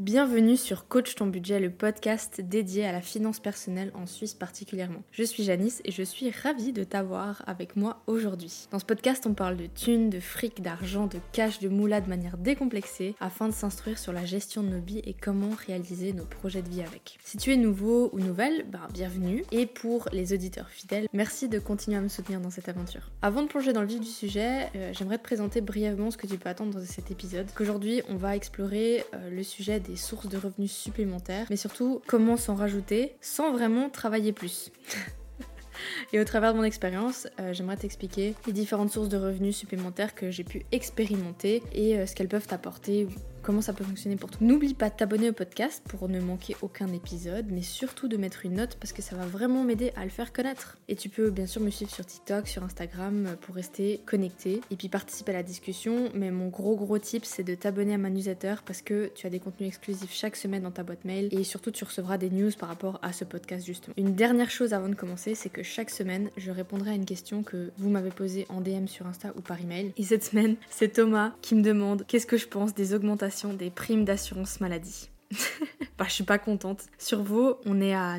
Bienvenue sur Coach ton budget, le podcast dédié à la finance personnelle en Suisse particulièrement. Je suis Janice et je suis ravie de t'avoir avec moi aujourd'hui. Dans ce podcast, on parle de thunes, de fric, d'argent, de cash, de moula de manière décomplexée afin de s'instruire sur la gestion de nos billes et comment réaliser nos projets de vie avec. Si tu es nouveau ou nouvelle, bienvenue. Et pour les auditeurs fidèles, merci de continuer à me soutenir dans cette aventure. Avant de plonger dans le vif du sujet, j'aimerais te présenter brièvement ce que tu peux attendre dans cet épisode. Qu'aujourd'hui, on va explorer le sujet des sources de revenus supplémentaires, mais surtout comment s'en rajouter sans vraiment travailler plus. Et au travers de mon expérience, j'aimerais t'expliquer les différentes sources de revenus supplémentaires que j'ai pu expérimenter et ce qu'elles peuvent t'apporter, comment ça peut fonctionner pour toi. N'oublie pas de t'abonner au podcast pour ne manquer aucun épisode, mais surtout de mettre une note parce que ça va vraiment m'aider à le faire connaître. Et tu peux bien sûr me suivre sur TikTok, sur Instagram pour rester connecté et puis participer à la discussion. Mais mon gros tip, c'est de t'abonner à ma newsletter parce que tu as des contenus exclusifs chaque semaine dans ta boîte mail et surtout tu recevras des news par rapport à ce podcast justement. Une dernière chose avant de commencer, c'est que chaque semaine, je répondrai à une question que vous m'avez posée en DM sur Insta ou par email. Et cette semaine, c'est Thomas qui me demande qu'est-ce que je pense des augmentations des primes d'assurance maladie. Je suis pas contente. Sur Vaud, on est à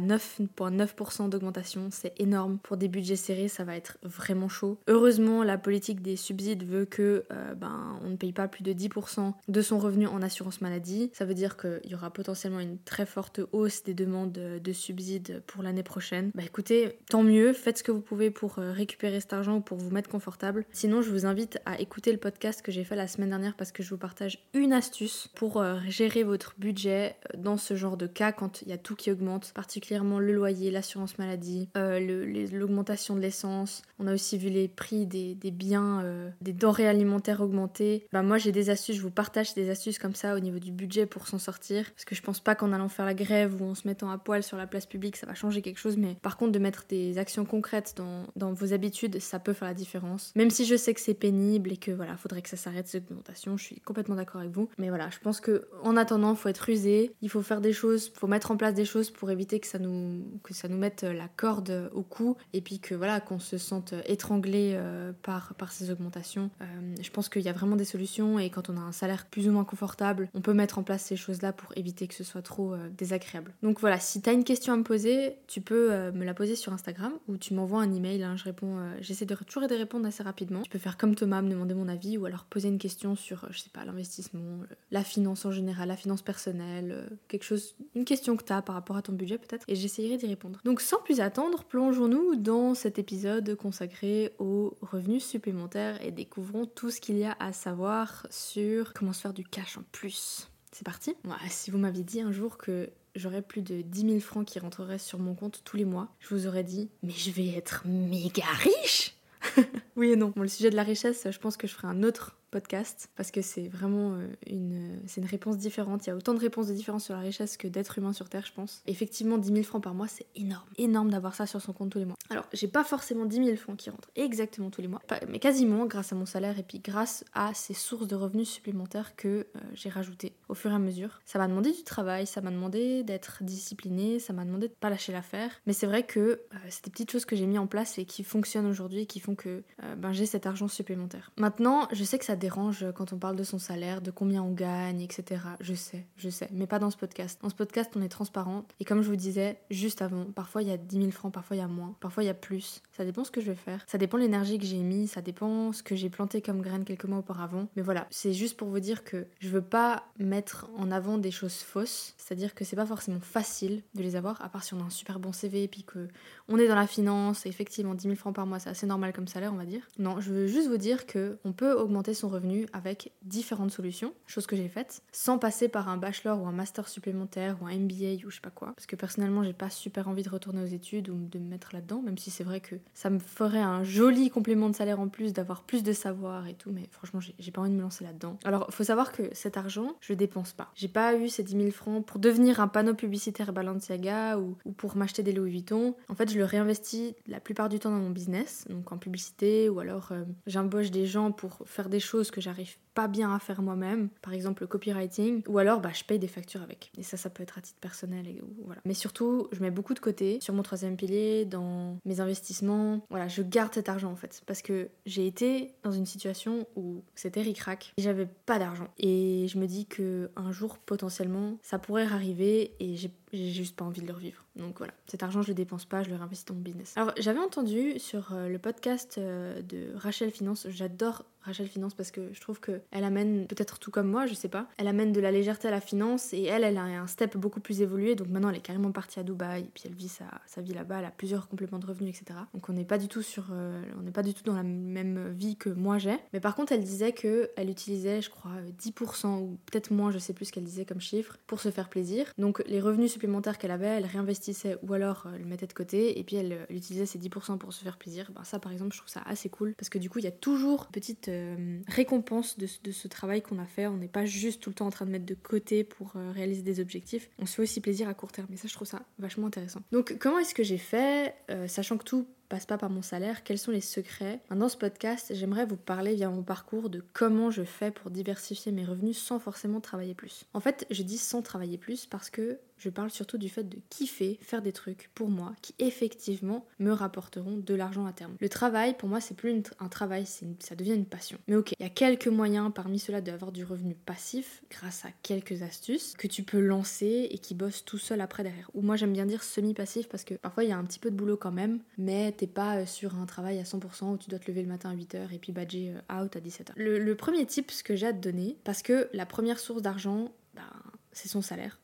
9,9% d'augmentation, c'est énorme. Pour des budgets serrés, ça va être vraiment chaud. Heureusement, la politique des subsides veut que on ne paye pas plus de 10% de son revenu en assurance maladie. Ça veut dire qu'il y aura potentiellement une très forte hausse des demandes de subsides pour l'année prochaine. Écoutez, tant mieux, faites ce que vous pouvez pour récupérer cet argent ou pour vous mettre confortable. Sinon, je vous invite à écouter le podcast que j'ai fait la semaine dernière parce que je vous partage une astuce pour gérer votre budget dans ce genre de cas quand il y a tout qui augmente, particulièrement le loyer, l'assurance maladie, l'augmentation de l'essence. On a aussi vu les prix des biens, des denrées alimentaires augmenter. Moi j'ai des astuces, je vous partage des astuces comme ça au niveau du budget pour s'en sortir, parce que je pense pas qu'en allant faire la grève ou en se mettant à poil sur la place publique ça va changer quelque chose, mais par contre de mettre des actions concrètes dans vos habitudes, ça peut faire la différence. Même si je sais que c'est pénible et que voilà, faudrait que ça s'arrête cette augmentation, je suis complètement d'accord avec vous. Mais voilà, je pense que en attendant, faut être rusé, il faut faire des choses, faut mettre en place des choses pour éviter que ça nous mette la corde au cou et puis que voilà, qu'on se sente étranglé par ces augmentations. Je pense qu'il y a vraiment des solutions et quand on a un salaire plus ou moins confortable, on peut mettre en place ces choses-là pour éviter que ce soit trop désagréable. Donc voilà, si t'as une question à me poser, tu peux me la poser sur Instagram ou tu m'envoies un email, je réponds, j'essaie de toujours de répondre assez rapidement. Tu peux faire comme Thomas, me demander mon avis ou alors poser une question sur, je sais pas, l'investissement, la finance en général, la finance personnelle, une question que tu as par rapport à ton budget peut-être, et j'essayerai d'y répondre. Donc sans plus attendre, plongeons-nous dans cet épisode consacré aux revenus supplémentaires et découvrons tout ce qu'il y a à savoir sur comment se faire du cash en plus. C'est parti. Si vous m'aviez dit un jour que j'aurais plus de 10 000 francs qui rentreraient sur mon compte tous les mois, je vous aurais dit « Mais je vais être méga riche !» Oui et non. Le sujet de la richesse, je pense que je ferai un autre podcast parce que c'est vraiment une réponse différente. Il y a autant de réponses différentes sur la richesse que d'êtres humains sur Terre, je pense. Effectivement, 10 000 francs par mois, c'est énorme. Énorme d'avoir ça sur son compte tous les mois. Alors, j'ai pas forcément 10 000 francs qui rentrent exactement tous les mois, mais quasiment grâce à mon salaire et puis grâce à ces sources de revenus supplémentaires que j'ai rajoutées au fur et à mesure. Ça m'a demandé du travail, ça m'a demandé d'être disciplinée, ça m'a demandé de pas lâcher l'affaire. Mais c'est vrai que c'est des petites choses que j'ai mis en place et qui fonctionnent aujourd'hui et qui font que j'ai cet argent supplémentaire. Maintenant, je sais que ça dérange quand on parle de son salaire, de combien on gagne, etc. Je sais, mais pas dans ce podcast. Dans ce podcast, on est transparente et comme je vous disais juste avant, parfois il y a 10 000 francs, parfois il y a moins, parfois il y a plus. Ça dépend ce que je vais faire, ça dépend de l'énergie que j'ai mis, ça dépend ce que j'ai planté comme graines quelques mois auparavant. Mais voilà, c'est juste pour vous dire que je veux pas mettre en avant des choses fausses, c'est-à-dire que c'est pas forcément facile de les avoir, à part si on a un super bon CV et puis que on est dans la finance, et effectivement 10 000 francs par mois c'est assez normal comme salaire on va dire. Non, je veux juste vous dire qu'on peut augmenter son revenu avec différentes solutions, chose que j'ai faite, sans passer par un bachelor ou un master supplémentaire ou un MBA ou je sais pas quoi, parce que personnellement j'ai pas super envie de retourner aux études ou de me mettre là-dedans, même si c'est vrai que ça me ferait un joli complément de salaire en plus, d'avoir plus de savoir et tout, mais franchement j'ai pas envie de me lancer là-dedans. Alors faut savoir que cet argent, je le dépense pas. J'ai pas eu ces 10 000 francs pour devenir un panneau publicitaire Balenciaga ou pour m'acheter des Louis Vuitton. En fait je le réinvestis la plupart du temps dans mon business, donc en publicité ou alors j'embauche des gens pour faire des choses choses que j'arrive pas bien à faire moi-même, par exemple le copywriting, ou alors je paye des factures avec. Et ça peut être à titre personnel, voilà. Mais surtout, je mets beaucoup de côté sur mon troisième pilier, dans mes investissements. Voilà, je garde cet argent en fait, parce que j'ai été dans une situation où c'était ric-rac et j'avais pas d'argent. Et je me dis que un jour, potentiellement, ça pourrait arriver et j'ai juste pas envie de le revivre. Donc voilà, cet argent, je le dépense pas, je le réinvestis dans mon business. Alors, j'avais entendu sur le podcast de Rachel Finance, j'adore Rachel Finance parce que je trouve qu'elle amène, peut-être tout comme moi, je sais pas, elle amène de la légèreté à la finance et elle a un step beaucoup plus évolué, donc maintenant elle est carrément partie à Dubaï et puis elle vit sa vie là-bas, elle a plusieurs compléments de revenus, etc. Donc on n'est pas du tout dans la même vie que moi j'ai. Mais par contre, elle disait qu'elle utilisait, je crois, 10% ou peut-être moins, je sais plus ce qu'elle disait comme chiffre, pour se faire plaisir. Donc les revenus supplémentaires qu'elle avait, elle réinvestissait ou alors elle mettait de côté et puis elle utilisait ces 10% pour se faire plaisir. Ça par exemple, je trouve ça assez cool parce que du coup, il y a toujours une petite récompense de ce travail qu'on a fait. On n'est pas juste tout le temps en train de mettre de côté pour réaliser des objectifs. On se fait aussi plaisir à court terme et ça, je trouve ça vachement intéressant. Donc comment est-ce que j'ai fait, sachant que tout passe pas par mon salaire, quels sont les secrets? Dans ce podcast, j'aimerais vous parler via mon parcours de comment je fais pour diversifier mes revenus sans forcément travailler plus. En fait, je dis sans travailler plus parce que je parle surtout du fait de kiffer, faire des trucs pour moi qui effectivement me rapporteront de l'argent à terme. Le travail, pour moi, c'est plus un travail, ça devient une passion. Mais ok, il y a quelques moyens parmi ceux-là d'avoir du revenu passif grâce à quelques astuces que tu peux lancer et qui bossent tout seul après derrière. Ou moi, j'aime bien dire semi-passif parce que parfois il y a un petit peu de boulot quand même, mais t'es pas sur un travail à 100% où tu dois te lever le matin à 8h et puis badger out à 17h. Le premier tip, ce que j'ai à te donner, parce que la première source d'argent, c'est son salaire.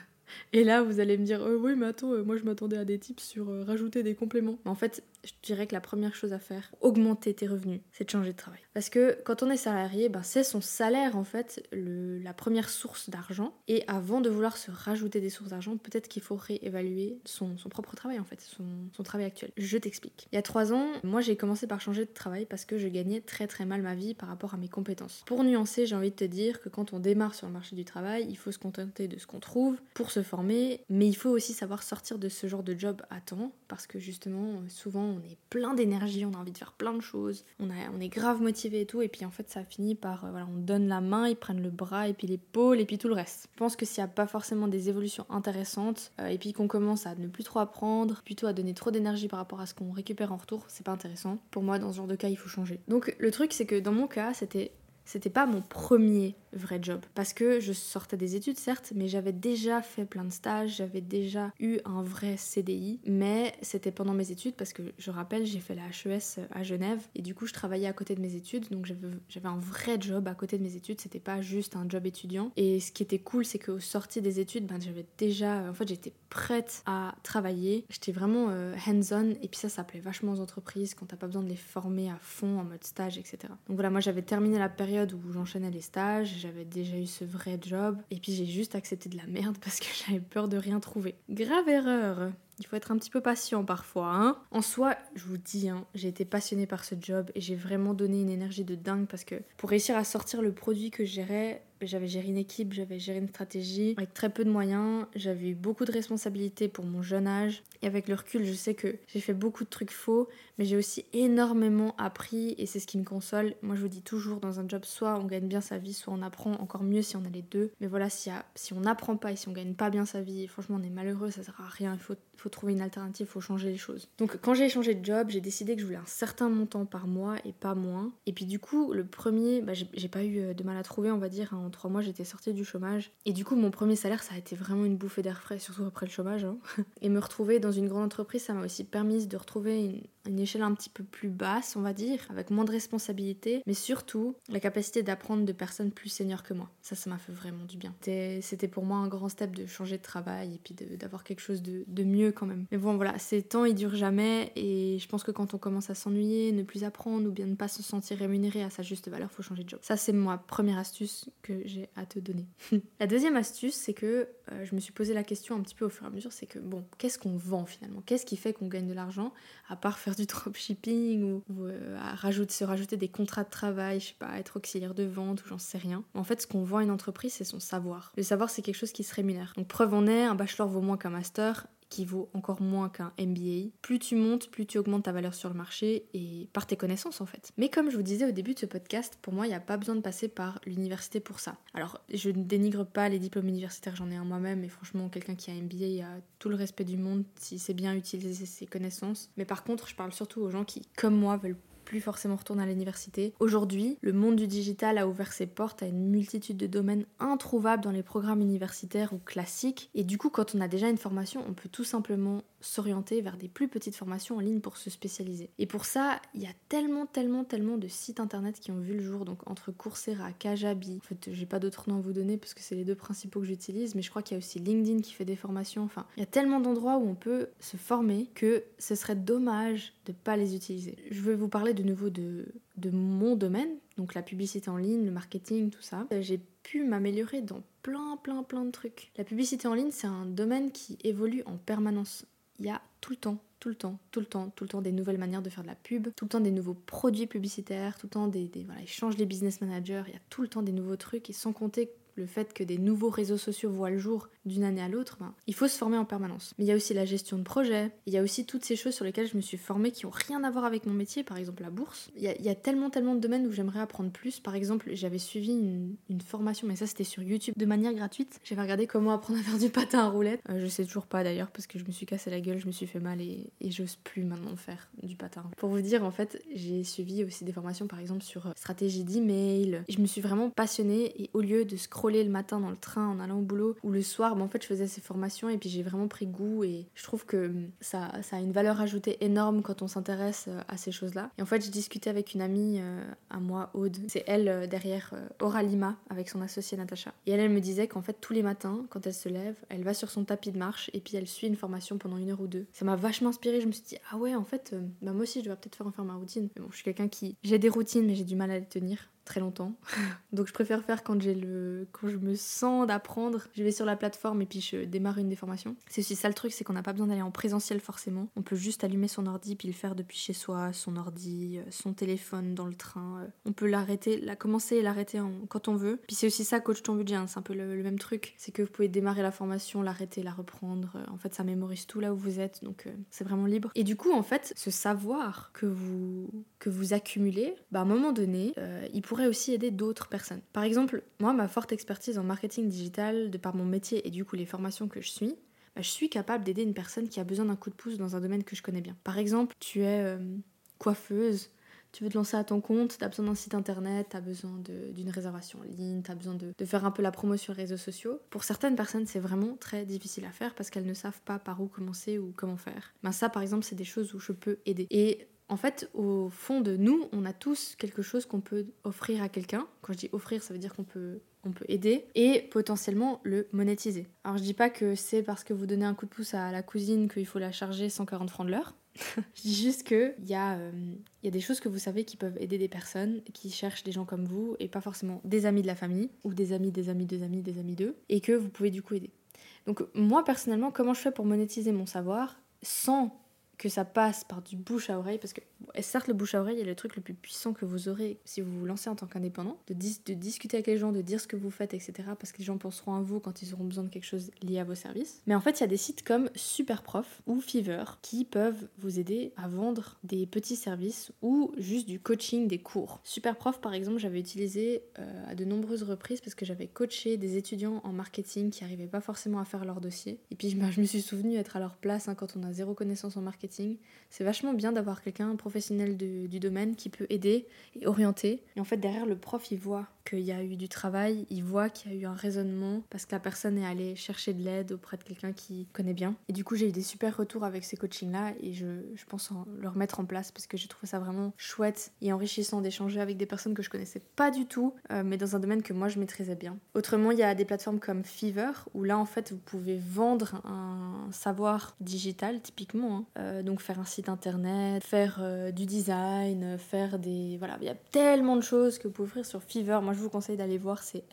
Et là, vous allez me dire, oui, mais attends, moi je m'attendais à des tips sur rajouter des compléments. Mais en fait, je dirais que la première chose à faire, augmenter tes revenus, c'est de changer de travail. Parce que quand on est salarié, c'est son salaire en fait la première source d'argent. Et avant de vouloir se rajouter des sources d'argent, peut-être qu'il faut réévaluer son propre travail en fait, son travail actuel. Je t'explique. Il y a 3 ans, moi j'ai commencé par changer de travail parce que je gagnais très très mal ma vie par rapport à mes compétences. Pour nuancer, j'ai envie de te dire que quand on démarre sur le marché du travail, il faut se contenter de ce qu'on trouve pour se former, mais il faut aussi savoir sortir de ce genre de job à temps parce que justement, souvent on est plein d'énergie, on a envie de faire plein de choses, on est grave motivé et tout, et puis en fait ça finit par, on donne la main, ils prennent le bras, et puis l'épaule, et puis tout le reste. Je pense que s'il n'y a pas forcément des évolutions intéressantes, et puis qu'on commence à ne plus trop apprendre, plutôt à donner trop d'énergie par rapport à ce qu'on récupère en retour, c'est pas intéressant. Pour moi, dans ce genre de cas, il faut changer. Donc le truc, c'est que dans mon cas, c'était pas mon premier vrai job. Parce que je sortais des études, certes, mais j'avais déjà fait plein de stages, j'avais déjà eu un vrai CDI, mais c'était pendant mes études parce que, je rappelle, j'ai fait la HES à Genève et du coup, je travaillais à côté de mes études, donc j'avais un vrai job à côté de mes études, c'était pas juste un job étudiant. Et ce qui était cool, c'est qu'au sorti des études, j'avais déjà... En fait, j'étais prête à travailler, j'étais vraiment hands-on, et puis ça plaît vachement aux entreprises quand t'as pas besoin de les former à fond en mode stage, etc. Donc voilà, moi j'avais terminé la période où j'enchaînais les stages, j'avais déjà eu ce vrai job, et puis j'ai juste accepté de la merde parce que j'avais peur de rien trouver. Grave erreur. Il faut être un petit peu patient parfois, hein. En soi, je vous dis, j'ai été passionnée par ce job et j'ai vraiment donné une énergie de dingue parce que pour réussir à sortir le produit que je gérais, j'avais géré une équipe, j'avais géré une stratégie avec très peu de moyens, j'avais eu beaucoup de responsabilités pour mon jeune âge et avec le recul, je sais que j'ai fait beaucoup de trucs faux, mais j'ai aussi énormément appris et c'est ce qui me console. Moi, je vous dis toujours, dans un job, soit on gagne bien sa vie, soit on apprend, encore mieux si on a les deux. Mais voilà, si on n'apprend pas et si on gagne pas bien sa vie, franchement, on est malheureux, ça sert à rien, il faut trouver une alternative, il faut changer les choses. Donc quand j'ai changé de job, j'ai décidé que je voulais un certain montant par mois et pas moins. Et puis du coup, le premier, j'ai pas eu de mal à trouver, on va dire. En 3 mois, j'étais sortie du chômage. Et du coup, mon premier salaire, ça a été vraiment une bouffée d'air frais, surtout après le chômage. Et me retrouver dans une grande entreprise, ça m'a aussi permis de retrouver une échelle un petit peu plus basse, on va dire, avec moins de responsabilités, mais surtout la capacité d'apprendre de personnes plus seniors que moi. Ça m'a fait vraiment du bien. C'était pour moi un grand step de changer de travail et puis d'avoir quelque chose de mieux quand même. Mais bon, voilà, ces temps, ils durent jamais et je pense que quand on commence à s'ennuyer, ne plus apprendre ou bien ne pas se sentir rémunéré à sa juste valeur, faut changer de job. Ça, c'est ma première astuce que j'ai à te donner. La deuxième astuce, c'est que je me suis posé la question un petit peu au fur et à mesure, c'est que bon, qu'est-ce qu'on vend finalement? Qu'est-ce qui fait qu'on gagne de l'argent à part faire du dropshipping ou se rajouter des contrats de travail, je sais pas, être auxiliaire de vente ou j'en sais rien. En fait, ce qu'on vend à une entreprise, c'est son savoir. Le savoir, c'est quelque chose qui se rémunère. Donc preuve en est, un bachelor vaut moins qu'un master, qui vaut encore moins qu'un MBA. Plus tu montes, plus tu augmentes ta valeur sur le marché et par tes connaissances en fait. Mais comme je vous disais au début de ce podcast, pour moi il n'y a pas besoin de passer par l'université pour ça. Alors je ne dénigre pas les diplômes universitaires, j'en ai un moi-même et franchement quelqu'un qui a un MBA a tout le respect du monde si c'est bien utiliser ses connaissances. Mais par contre je parle surtout aux gens qui, comme moi, veulent plus forcément retourner à l'université. Aujourd'hui, le monde du digital a ouvert ses portes à une multitude de domaines introuvables dans les programmes universitaires ou classiques. Et du coup, quand on a déjà une formation, on peut tout simplement s'orienter vers des plus petites formations en ligne pour se spécialiser. Et pour ça, il y a tellement de sites internet qui ont vu le jour, donc entre Coursera, Kajabi, en fait j'ai pas d'autres noms à vous donner parce que c'est les deux principaux que j'utilise, mais je crois qu'il y a aussi LinkedIn qui fait des formations, enfin il y a tellement d'endroits où on peut se former que ce serait dommage de pas les utiliser. Je vais vous parler de nouveau de mon domaine, donc la publicité en ligne, le marketing, tout ça. J'ai pu m'améliorer dans plein de trucs. La publicité en ligne, c'est un domaine qui évolue en permanence. Il y a tout le temps des nouvelles manières de faire de la pub, tout le temps des nouveaux produits publicitaires, tout le temps voilà, ils changent les business managers, il y a tout le temps des nouveaux trucs, et sans compter le fait que des nouveaux réseaux sociaux voient le jour d'une année à l'autre, il faut se former en permanence. Mais il y a aussi la gestion de projet, il y a aussi toutes ces choses sur lesquelles je me suis formée qui n'ont rien à voir avec mon métier, par exemple la bourse. Il y a tellement de domaines où j'aimerais apprendre plus. Par exemple, j'avais suivi une formation, mais ça c'était sur YouTube, de manière gratuite. J'avais regardé comment apprendre à faire du patin à roulettes. Je sais toujours pas d'ailleurs, parce que je me suis cassé la gueule, je me suis fait mal et j'ose plus maintenant faire du patin. Pour vous dire, en fait, j'ai suivi aussi des formations, par exemple sur stratégie d'email. Je me suis vraiment passionnée et au lieu de scroller le matin dans le train en allant au boulot ou le soir, en fait je faisais ces formations et puis j'ai vraiment pris goût et je trouve que ça a une valeur ajoutée énorme quand on s'intéresse à ces choses-là. Et en fait je discutais avec une amie à moi, Aude, c'est elle derrière Oralima avec son associée Natacha. Et elle me disait qu'en fait tous les matins quand elle se lève, elle va sur son tapis de marche et puis elle suit une formation pendant 1 heure ou 2. Ça m'a vachement inspirée, je me suis dit ah ouais en fait moi aussi je dois peut-être faire ma routine. Mais bon, je suis quelqu'un qui... J'ai des routines mais j'ai du mal à les tenir très longtemps. Donc je préfère faire quand je me sens d'apprendre, je vais sur la plateforme et puis je démarre une des formations. C'est aussi ça le truc, c'est qu'on n'a pas besoin d'aller en présentiel forcément. On peut juste allumer son ordi puis le faire depuis chez soi, son ordi, son téléphone dans le train. On peut commencer et l'arrêter quand on veut. Puis c'est aussi ça coach ton budget, hein. C'est un peu le même truc. C'est que vous pouvez démarrer la formation, l'arrêter, la reprendre. En fait ça mémorise tout là où vous êtes, donc c'est vraiment libre. Et du coup en fait ce savoir que vous accumulez, à un moment donné, il pourrait aussi aider d'autres personnes. Par exemple, moi, ma forte expertise en marketing digital, de par mon métier et du coup les formations que je suis capable d'aider une personne qui a besoin d'un coup de pouce dans un domaine que je connais bien. Par exemple, tu es coiffeuse, tu veux te lancer à ton compte, tu as besoin d'un site internet, tu as besoin d'une réservation en ligne, tu as besoin de faire un peu la promo sur les réseaux sociaux. Pour certaines personnes, c'est vraiment très difficile à faire parce qu'elles ne savent pas par où commencer ou comment faire. Ça, par exemple, c'est des choses où je peux aider. Et en fait, au fond de nous, on a tous quelque chose qu'on peut offrir à quelqu'un. Quand je dis offrir, ça veut dire qu'on peut aider et potentiellement le monétiser. Alors je dis pas que c'est parce que vous donnez un coup de pouce à la cousine qu'il faut la charger 140 francs de l'heure. Je dis juste qu'il y a des choses que vous savez qui peuvent aider des personnes qui cherchent des gens comme vous et pas forcément des amis de la famille ou des amis d'eux et que vous pouvez du coup aider. Donc moi personnellement, comment je fais pour monétiser mon savoir sans que ça passe par du bouche à oreille, parce que certes le bouche à oreille est le truc le plus puissant que vous aurez si vous vous lancez en tant qu'indépendant, de discuter avec les gens, de dire ce que vous faites, etc. parce que les gens penseront à vous quand ils auront besoin de quelque chose lié à vos services. Mais en fait il y a des sites comme Superprof ou Fiverr qui peuvent vous aider à vendre des petits services ou juste du coaching, des cours. Superprof par exemple j'avais utilisé à de nombreuses reprises parce que j'avais coaché des étudiants en marketing qui n'arrivaient pas forcément à faire leur dossier et puis je me suis souvenue être à leur place quand on a zéro connaissance en marketing. C'est vachement bien d'avoir quelqu'un, un professionnel du domaine qui peut aider et orienter. Et en fait, derrière, le prof, il voit qu'il y a eu du travail, il voit qu'il y a eu un raisonnement parce que la personne est allée chercher de l'aide auprès de quelqu'un qui connaît bien. Et du coup, j'ai eu des super retours avec ces coachings-là et je pense le remettre en place parce que j'ai trouvé ça vraiment chouette et enrichissant d'échanger avec des personnes que je connaissais pas du tout, mais dans un domaine que moi, je maîtrisais bien. Autrement, il y a des plateformes comme Fiverr où là, en fait, vous pouvez vendre un savoir digital, typiquement, donc faire un site internet, faire du design, faire des... Voilà, il y a tellement de choses que vous pouvez offrir sur Fiverr. Moi je vous conseille d'aller voir, c'est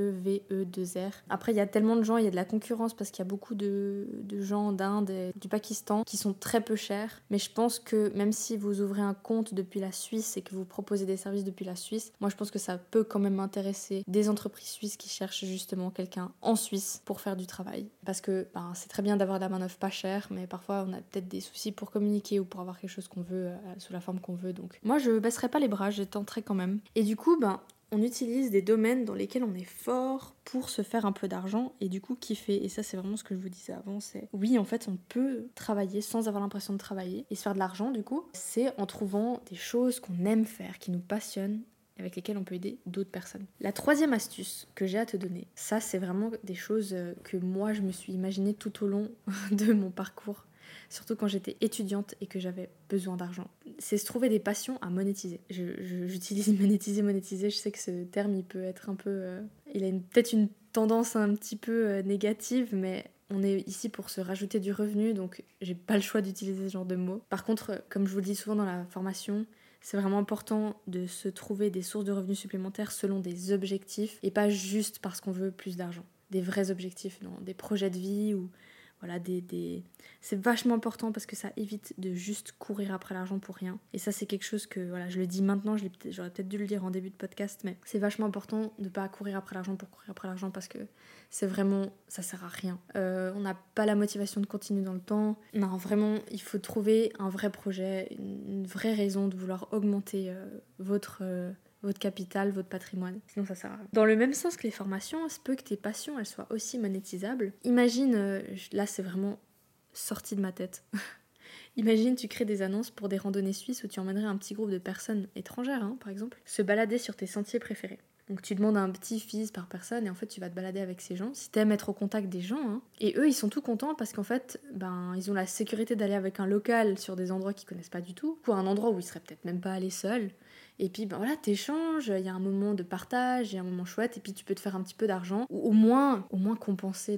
FEVE2R. Après, il y a tellement de gens, il y a de la concurrence parce qu'il y a beaucoup de gens d'Inde et du Pakistan qui sont très peu chers. Mais je pense que même si vous ouvrez un compte depuis la Suisse et que vous proposez des services depuis la Suisse, moi je pense que ça peut quand même intéresser des entreprises suisses qui cherchent justement quelqu'un en Suisse pour faire du travail. Parce que c'est très bien d'avoir de la main-d'œuvre pas chère, mais parfois on a peut-être des soucis pour communiquer ou pour avoir quelque chose qu'on veut sous la forme qu'on veut. Donc moi je baisserai pas les bras, je tenterai quand même. Et du coup, on utilise des domaines dans lesquels on est fort pour se faire un peu d'argent et du coup kiffer. Et ça, c'est vraiment ce que je vous disais avant, c'est oui, en fait, on peut travailler sans avoir l'impression de travailler et se faire de l'argent, du coup. C'est en trouvant des choses qu'on aime faire, qui nous passionnent, avec lesquelles on peut aider d'autres personnes. La troisième astuce que j'ai à te donner, ça, c'est vraiment des choses que moi, je me suis imaginé tout au long de mon parcours. Surtout quand j'étais étudiante et que j'avais besoin d'argent. C'est se trouver des passions à monétiser. J'utilise monétiser, je sais que ce terme il peut être un peu... il a peut-être une tendance un petit peu négative, mais on est ici pour se rajouter du revenu, donc j'ai pas le choix d'utiliser ce genre de mots. Par contre, comme je vous le dis souvent dans la formation, c'est vraiment important de se trouver des sources de revenus supplémentaires selon des objectifs et pas juste parce qu'on veut plus d'argent. Des vrais objectifs, dans des projets de vie ou... Voilà, c'est vachement important parce que ça évite de juste courir après l'argent pour rien. Et ça, c'est quelque chose que, voilà, je le dis maintenant, j'aurais peut-être dû le dire en début de podcast, mais c'est vachement important de ne pas courir après l'argent pour courir après l'argent parce que c'est vraiment, ça sert à rien. On n'a pas la motivation de continuer dans le temps. Non, vraiment, il faut trouver un vrai projet, une vraie raison de vouloir augmenter votre capital, votre patrimoine. Sinon, ça sert à rien. Dans le même sens que les formations, il se peut que tes passions, elles soient aussi monétisables. Imagine, là, c'est vraiment sorti de ma tête. Imagine, tu crées des annonces pour des randonnées suisses où tu emmènerais un petit groupe de personnes étrangères, par exemple, se balader sur tes sentiers préférés. Donc tu demandes un petit fees par personne et en fait tu vas te balader avec ces gens. Si t'aimes être au contact des gens, et eux ils sont tout contents parce qu'en fait ils ont la sécurité d'aller avec un local sur des endroits qu'ils connaissent pas du tout, ou un endroit où ils seraient peut-être même pas allés seuls. Et puis voilà, t'échanges, il y a un moment de partage, il y a un moment chouette, et puis tu peux te faire un petit peu d'argent, ou au moins compenser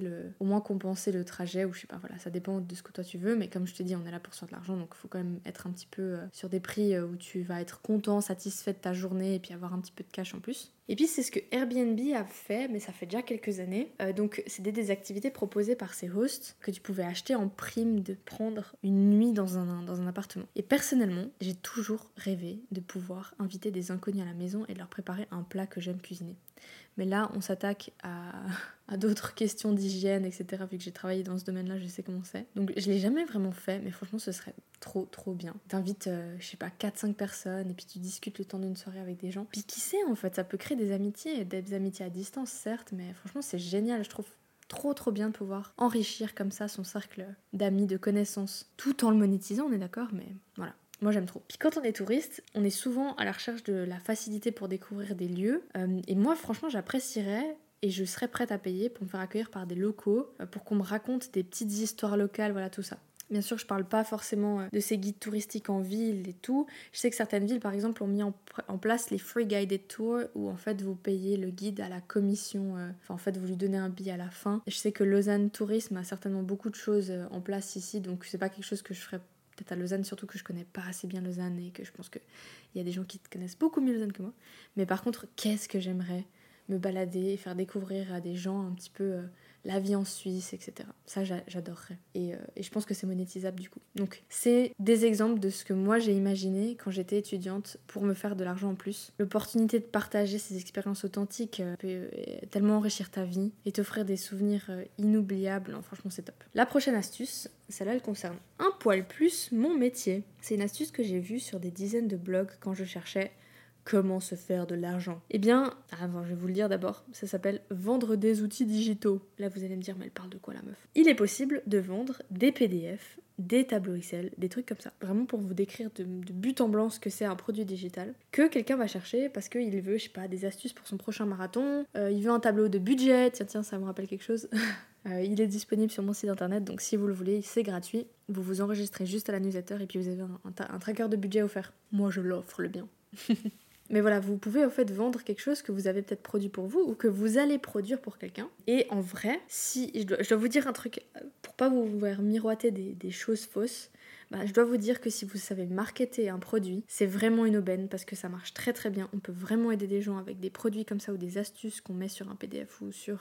le trajet, ou je sais pas, voilà, ça dépend de ce que toi tu veux, mais comme je te dis, on est là pour se faire de l'argent, donc il faut quand même être un petit peu sur des prix où tu vas être content, satisfait de ta journée, et puis avoir un petit peu de cash en plus. Et puis c'est ce que Airbnb a fait, mais ça fait déjà quelques années. Donc c'était des activités proposées par ses hosts que tu pouvais acheter en prime de prendre une nuit dans un appartement. Et personnellement, j'ai toujours rêvé de pouvoir inviter des inconnus à la maison et de leur préparer un plat que j'aime cuisiner. Mais là, on s'attaque à d'autres questions d'hygiène, etc. Vu que j'ai travaillé dans ce domaine-là, je sais comment c'est. Donc je l'ai jamais vraiment fait, mais franchement, ce serait trop bien. T'invites, 4-5 personnes, et puis tu discutes le temps d'une soirée avec des gens. Puis qui sait, en fait, ça peut créer des amitiés à distance, certes, mais franchement, c'est génial, je trouve. Trop bien de pouvoir enrichir comme ça son cercle d'amis, de connaissances, tout en le monétisant, on est d'accord, mais voilà. Moi j'aime trop. Puis quand on est touriste, on est souvent à la recherche de la facilité pour découvrir des lieux. Et moi franchement j'apprécierais et je serais prête à payer pour me faire accueillir par des locaux, pour qu'on me raconte des petites histoires locales, voilà tout ça. Bien sûr, je parle pas forcément de ces guides touristiques en ville et tout. Je sais que certaines villes, par exemple, ont mis en place les free guided tours où en fait vous payez le guide à la commission. En fait, vous lui donnez un billet à la fin. Et je sais que Lausanne Tourisme a certainement beaucoup de choses en place ici, donc c'est pas quelque chose que je ferais peut-être à Lausanne, surtout que je connais pas assez bien Lausanne et que je pense qu'il y a des gens qui connaissent beaucoup mieux Lausanne que moi. Mais par contre, qu'est-ce que j'aimerais me balader et faire découvrir à des gens un petit peu la vie en Suisse, etc. Ça, j'adorerais. Et je pense que c'est monétisable du coup. Donc, c'est des exemples de ce que moi j'ai imaginé quand j'étais étudiante pour me faire de l'argent en plus. L'opportunité de partager ces expériences authentiques peut tellement enrichir ta vie et t'offrir des souvenirs inoubliables. Non, franchement, c'est top. La prochaine astuce, celle-là, elle concerne un poil plus mon métier. C'est une astuce que j'ai vue sur des dizaines de blogs quand je cherchais comment se faire de l'argent. Eh bien, je vais vous le dire d'abord, ça s'appelle vendre des outils digitaux. Là, vous allez me dire, mais elle parle de quoi la meuf ? Il est possible de vendre des PDF, des tableaux Excel, des trucs comme ça. Vraiment pour vous décrire de but en blanc ce que c'est un produit digital, que quelqu'un va chercher parce qu'il veut, des astuces pour son prochain marathon, il veut un tableau de budget, tiens, ça me rappelle quelque chose. Il est disponible sur mon site internet, donc si vous le voulez, c'est gratuit. Vous vous enregistrez juste à la newsletter et puis vous avez un tracker de budget offert. Moi, je l'offre le bien. Mais voilà, vous pouvez en fait vendre quelque chose que vous avez peut-être produit pour vous ou que vous allez produire pour quelqu'un. Et en vrai, si je dois vous dire un truc pas vous faire miroiter des choses fausses, je dois vous dire que si vous savez marketer un produit, c'est vraiment une aubaine parce que ça marche très très bien. On peut vraiment aider des gens avec des produits comme ça ou des astuces qu'on met sur un PDF ou sur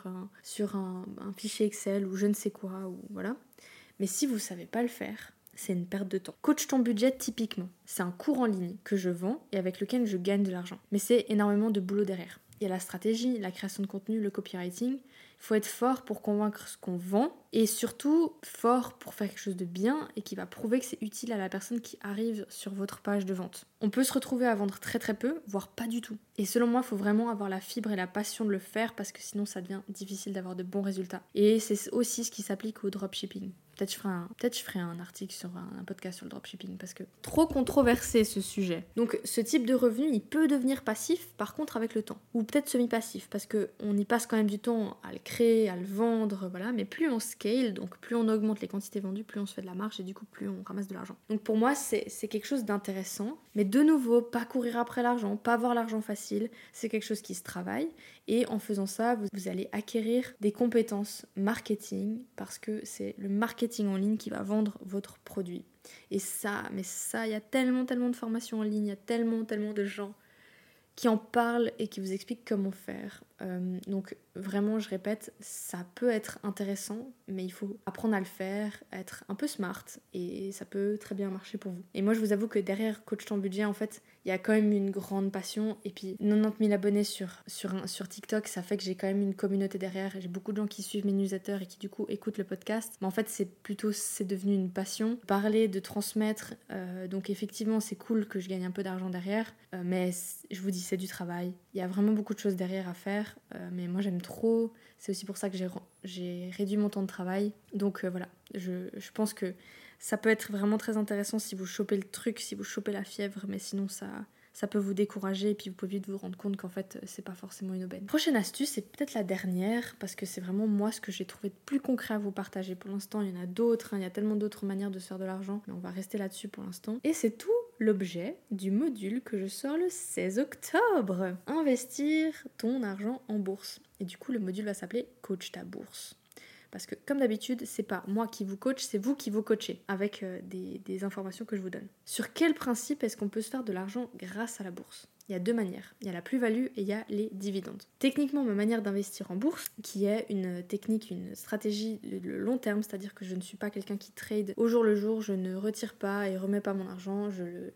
un fichier Excel ou je ne sais quoi, ou voilà. Mais si vous savez pas le faire, c'est une perte de temps. Coach ton budget, typiquement, c'est un cours en ligne que je vends et avec lequel je gagne de l'argent. Mais c'est énormément de boulot derrière. Il y a la stratégie, la création de contenu, le copywriting. Il faut être fort pour convaincre ce qu'on vend et surtout fort pour faire quelque chose de bien et qui va prouver que c'est utile à la personne qui arrive sur votre page de vente. On peut se retrouver à vendre très très peu, voire pas du tout. Et selon moi, il faut vraiment avoir la fibre et la passion de le faire parce que sinon ça devient difficile d'avoir de bons résultats. Et c'est aussi ce qui s'applique au dropshipping. Peut-être je ferai un article sur un podcast sur le dropshipping parce que trop controversé ce sujet. Donc ce type de revenu, il peut devenir passif par contre avec le temps. Ou peut-être semi-passif parce qu'on y passe quand même du temps à le créer, à le vendre, voilà. Mais plus on scale, donc plus on augmente les quantités vendues, plus on se fait de la marge et du coup plus on ramasse de l'argent. Donc pour moi c'est quelque chose d'intéressant. Mais de nouveau, pas courir après l'argent, pas voir l'argent facile, c'est quelque chose qui se travaille. Et en faisant ça, vous allez acquérir des compétences marketing parce que c'est le marketing en ligne qui va vendre votre produit. Et ça, il y a tellement de formations en ligne, il y a tellement de gens qui en parlent et qui vous expliquent comment faire. Donc vraiment, je répète, ça peut être intéressant, mais il faut apprendre à le faire, être un peu smart, et ça peut très bien marcher pour vous. Et moi, je vous avoue que derrière Coach ton budget, en fait, il y a quand même une grande passion, et puis 90 000 abonnés sur TikTok, ça fait que j'ai quand même une communauté derrière, et j'ai beaucoup de gens qui suivent mes newsletters et qui du coup écoutent le podcast. Mais en fait, c'est devenu une passion, parler, de transmettre, donc effectivement, c'est cool que je gagne un peu d'argent derrière, mais je vous dis, c'est du travail. Il y a vraiment beaucoup de choses derrière à faire, mais moi j'aime trop. C'est aussi pour ça que j'ai réduit mon temps de travail. Donc voilà, je pense que ça peut être vraiment très intéressant si vous chopez le truc, si vous chopez la fièvre, mais sinon ça peut vous décourager et puis vous pouvez vite vous rendre compte qu'en fait c'est pas forcément une aubaine. Prochaine astuce, c'est peut-être la dernière parce que c'est vraiment moi ce que j'ai trouvé de plus concret à vous partager. Pour l'instant, il y en a d'autres, il y a tellement d'autres manières de se faire de l'argent, mais on va rester là-dessus pour l'instant. Et c'est tout l'objet du module que je sors le 16 octobre. Investir ton argent en bourse. Et du coup, le module va s'appeler Coach ta bourse. Parce que comme d'habitude, c'est pas moi qui vous coach, c'est vous qui vous coachez avec des informations que je vous donne. Sur quel principe est-ce qu'on peut se faire de l'argent grâce à la bourse ? Il y a deux manières. Il y a la plus-value et il y a les dividendes. Techniquement, ma manière d'investir en bourse, qui est une technique, une stratégie de long terme, c'est-à-dire que je ne suis pas quelqu'un qui trade au jour le jour, je ne retire pas et remets pas mon argent,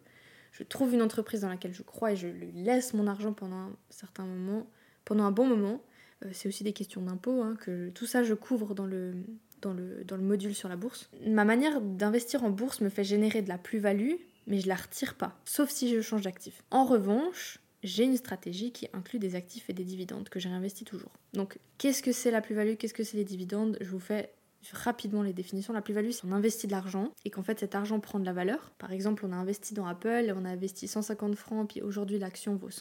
je trouve une entreprise dans laquelle je crois et je lui laisse mon argent pendant un certain moment, pendant un bon moment. C'est aussi des questions d'impôts, que tout ça je couvre dans le module sur la bourse. Ma manière d'investir en bourse me fait générer de la plus-value, mais je la retire pas, sauf si je change d'actif. En revanche, j'ai une stratégie qui inclut des actifs et des dividendes que j'ai réinvestis toujours. Donc, qu'est-ce que c'est la plus-value, qu'est-ce que c'est les dividendes ? Je vous fais rapidement les définitions. La plus-value, c'est qu'on investit de l'argent et qu'en fait cet argent prend de la valeur. Par exemple, on a investi dans Apple, on a investi 150 francs, puis aujourd'hui l'action vaut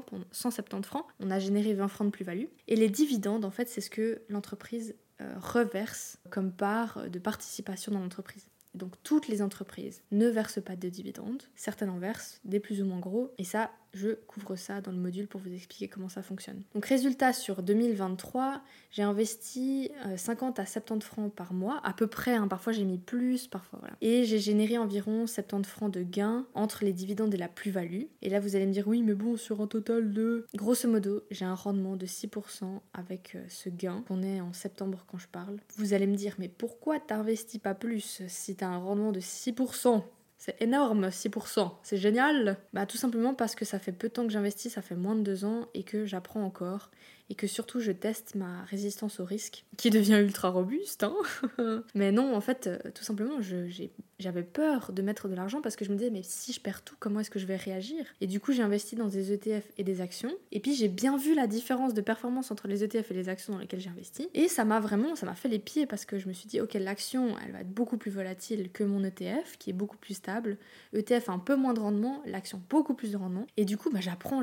170 francs, on a généré 20 francs de plus-value. Et les dividendes, en fait, c'est ce que l'entreprise reverse comme part de participation dans l'entreprise. Donc toutes les entreprises ne versent pas de dividendes, certaines en versent, des plus ou moins gros, et ça, je couvre ça dans le module pour vous expliquer comment ça fonctionne. Donc résultat, sur 2023, j'ai investi 50 à 70 francs par mois, à peu près, parfois j'ai mis plus, parfois voilà. Et j'ai généré environ 70 francs de gains entre les dividendes et la plus-value. Et là vous allez me dire, oui mais bon, sur un total de... Grosso modo, j'ai un rendement de 6% avec ce gain, qu'on est en septembre quand je parle. Vous allez me dire, mais pourquoi t'investis pas plus si t'as un rendement de 6%? C'est énorme, 6%, c'est génial. Tout simplement parce que ça fait peu de temps que j'investis, ça fait moins de 2 ans et que j'apprends encore et que surtout je teste ma résistance au risque qui devient ultra robuste. Mais non, en fait, tout simplement, j'avais peur de mettre de l'argent parce que je me disais mais si je perds tout, comment est-ce que je vais réagir ? Et du coup, j'ai investi dans des ETF et des actions et puis j'ai bien vu la différence de performance entre les ETF et les actions dans lesquelles j'ai investi et ça m'a fait les pieds parce que je me suis dit ok, l'action, elle va être beaucoup plus volatile que mon ETF qui est beaucoup plus stable. ETF a un peu moins de rendement, l'action beaucoup plus de rendement et du coup, j'apprends.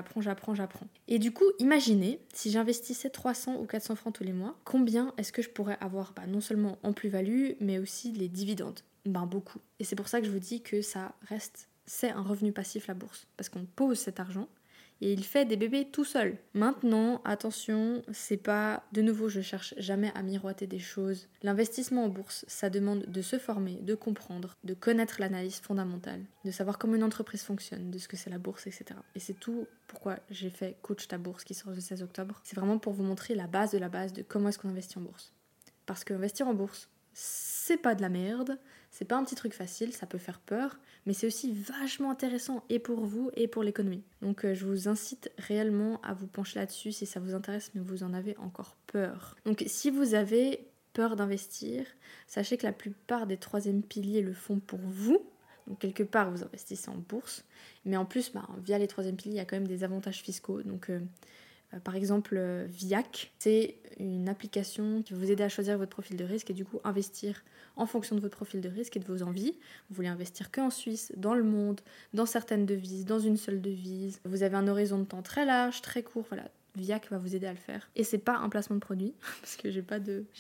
Et du coup, imaginez si j'investissais 300 ou 400 francs tous les mois, combien est-ce que je pourrais avoir non seulement en plus-value, mais aussi les dividendes ? Beaucoup. Et c'est pour ça que je vous dis que c'est un revenu passif la bourse. Parce qu'on pose cet argent, et il fait des bébés tout seul. Maintenant, attention, c'est pas... De nouveau, je cherche jamais à miroiter des choses. L'investissement en bourse, ça demande de se former, de comprendre, de connaître l'analyse fondamentale, de savoir comment une entreprise fonctionne, de ce que c'est la bourse, etc. Et c'est tout pourquoi j'ai fait Coach ta bourse qui sort le 16 octobre. C'est vraiment pour vous montrer la base de comment est-ce qu'on investit en bourse. Parce qu'investir en bourse, c'est pas de la merde, c'est pas un petit truc facile, ça peut faire peur, mais c'est aussi vachement intéressant et pour vous et pour l'économie. Donc je vous incite réellement à vous pencher là-dessus si ça vous intéresse, mais vous en avez encore peur. Donc si vous avez peur d'investir, sachez que la plupart des troisièmes piliers le font pour vous. Donc quelque part vous investissez en bourse, mais en plus via les troisièmes piliers il y a quand même des avantages fiscaux. Donc par exemple, Viac, c'est une application qui va vous aider à choisir votre profil de risque et du coup investir en fonction de votre profil de risque et de vos envies. Vous voulez investir qu'en Suisse, dans le monde, dans certaines devises, dans une seule devise. Vous avez un horizon de temps très large, très court, voilà. Viac va vous aider à le faire. Et c'est pas un placement de produit, parce que j'ai pas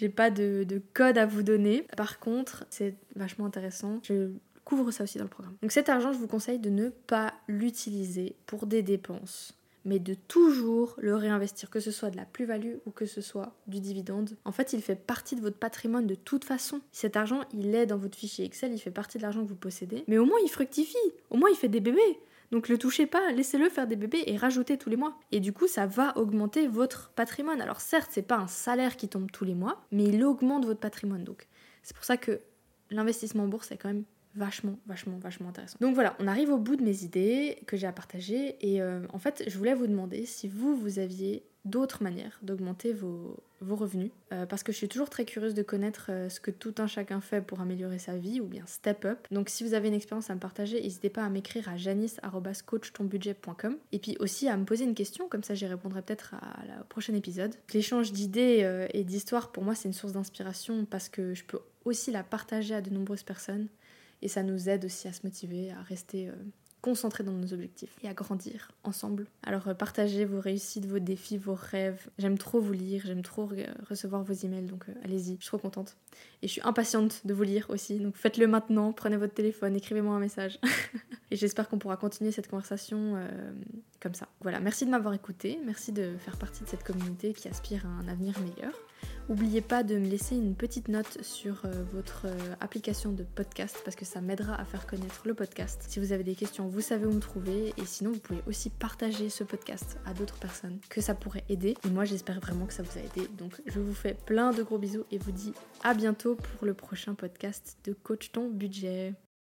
de code à vous donner. Par contre, c'est vachement intéressant. Je couvre ça aussi dans le programme. Donc cet argent, je vous conseille de ne pas l'utiliser pour des dépenses, mais de toujours le réinvestir, que ce soit de la plus-value ou que ce soit du dividende. En fait, il fait partie de votre patrimoine de toute façon. Cet argent, il est dans votre fichier Excel, il fait partie de l'argent que vous possédez, mais au moins il fructifie, au moins il fait des bébés. Donc le touchez pas, laissez-le faire des bébés et rajoutez tous les mois. Et du coup, ça va augmenter votre patrimoine. Alors certes, c'est pas un salaire qui tombe tous les mois, mais il augmente votre patrimoine. Donc c'est pour ça que l'investissement en bourse est quand même vachement intéressant. Donc voilà, on arrive au bout de mes idées que j'ai à partager et en fait, je voulais vous demander si vous aviez d'autres manières d'augmenter vos revenus parce que je suis toujours très curieuse de connaître ce que tout un chacun fait pour améliorer sa vie ou bien step up. Donc si vous avez une expérience à me partager, n'hésitez pas à m'écrire à janice@coachtonbudget.com et puis aussi à me poser une question, comme ça j'y répondrai peut-être au prochain épisode. L'échange d'idées et d'histoires pour moi c'est une source d'inspiration parce que je peux aussi la partager à de nombreuses personnes. Et ça nous aide aussi à se motiver, à rester concentrés dans nos objectifs et à grandir ensemble. Alors partagez vos réussites, vos défis, vos rêves. J'aime trop vous lire, j'aime trop recevoir vos emails, donc allez-y, je suis trop contente. Et je suis impatiente de vous lire aussi, donc faites-le maintenant, prenez votre téléphone, écrivez-moi un message. Et j'espère qu'on pourra continuer cette conversation comme ça. Voilà, merci de m'avoir écouté, merci de faire partie de cette communauté qui aspire à un avenir meilleur. N'oubliez pas de me laisser une petite note sur votre application de podcast parce que ça m'aidera à faire connaître le podcast. Si vous avez des questions, vous savez où me trouver et sinon vous pouvez aussi partager ce podcast à d'autres personnes que ça pourrait aider. Et moi j'espère vraiment que ça vous a aidé. Donc je vous fais plein de gros bisous et vous dis à bientôt pour le prochain podcast de Coach ton budget.